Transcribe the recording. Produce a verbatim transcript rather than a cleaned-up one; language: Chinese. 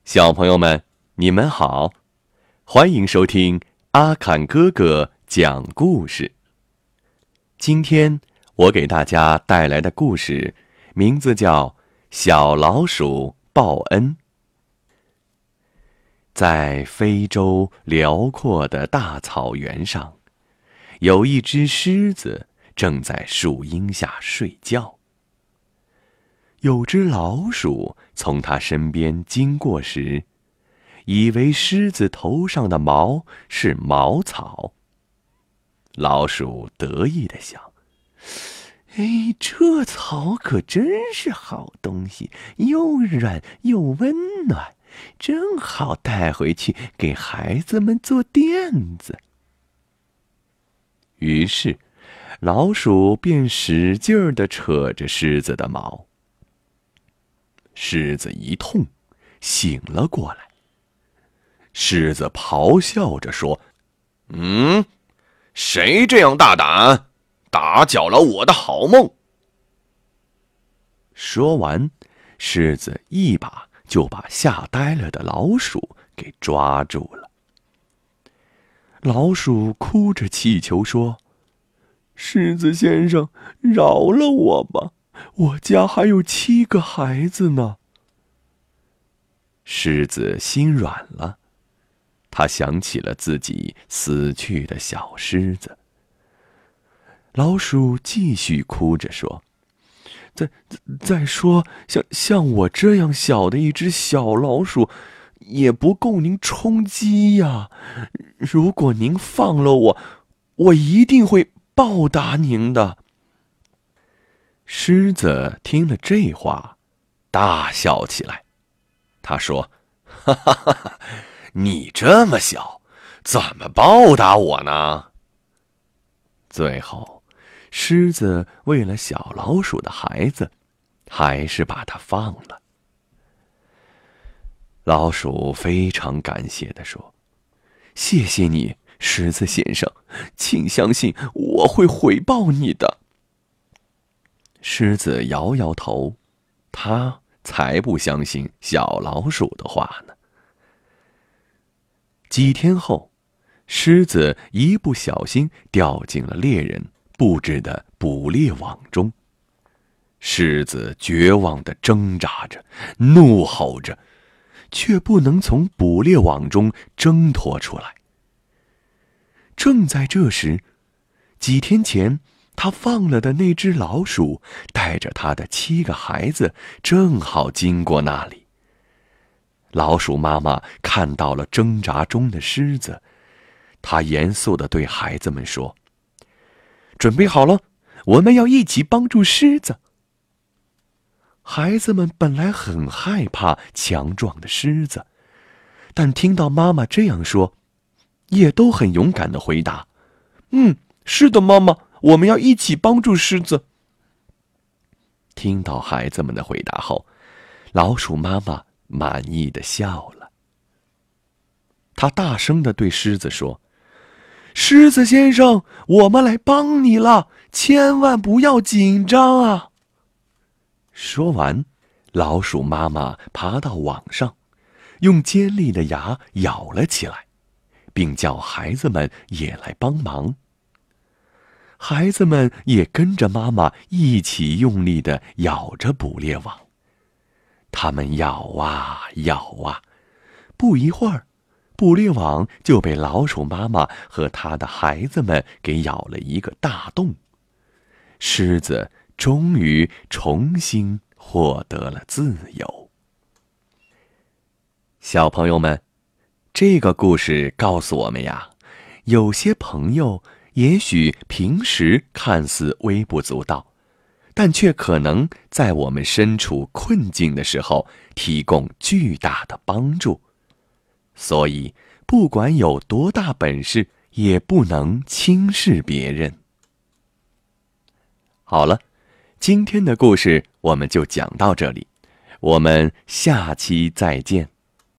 小朋友们，你们好，欢迎收听阿侃哥哥讲故事。今天我给大家带来的故事名字叫《小老鼠报恩》。在非洲辽阔的大草原上，有一只狮子正在树荫下睡觉。有只老鼠从它身边经过时，以为狮子头上的毛是茅草。老鼠得意地想：哎，这草可真是好东西，又软又温暖，正好带回去给孩子们做垫子。于是，老鼠便使劲儿地扯着狮子的毛。狮子一痛，醒了过来。狮子咆哮着说：嗯，谁这样大胆，打搅了我的好梦？说完，狮子一把就把吓呆了的老鼠给抓住了。老鼠哭着祈求说：狮子先生，饶了我吧，我家还有七个孩子呢。狮子心软了，他想起了自己死去的小狮子。老鼠继续哭着说：再再说，像像我这样小的一只小老鼠，也不够您充饥呀。如果您放了我，我一定会报答您的。狮子听了这话，大笑起来。他说：哈哈哈哈，你这么小，怎么报答我呢？最后，狮子为了小老鼠的孩子，还是把它放了。老鼠非常感谢地说：谢谢你，狮子先生，请相信我会回报你的。狮子摇摇头，他才不相信小老鼠的话呢。几天后，狮子一不小心掉进了猎人布置的捕猎网中。狮子绝望地挣扎着，怒吼着，却不能从捕猎网中挣脱出来。正在这时，几天前他放了的那只老鼠带着他的七个孩子正好经过那里。老鼠妈妈看到了挣扎中的狮子，她严肃地对孩子们说：准备好了，我们要一起帮助狮子。孩子们本来很害怕强壮的狮子，但听到妈妈这样说，也都很勇敢地回答：嗯，是的，妈妈，我们要一起帮助狮子。听到孩子们的回答后，老鼠妈妈满意地笑了。她大声地对狮子说：狮子先生，我们来帮你了，千万不要紧张啊。说完，老鼠妈妈爬到网上，用尖利的牙咬了起来，并叫孩子们也来帮忙。孩子们也跟着妈妈一起用力地咬着捕猎网。他们咬啊咬啊，不一会儿，捕猎网就被老鼠妈妈和她的孩子们给咬了一个大洞。狮子终于重新获得了自由。小朋友们，这个故事告诉我们呀，有些朋友也许平时看似微不足道，但却可能在我们身处困境的时候提供巨大的帮助。所以，不管有多大本事，也不能轻视别人。好了，今天的故事我们就讲到这里，我们下期再见。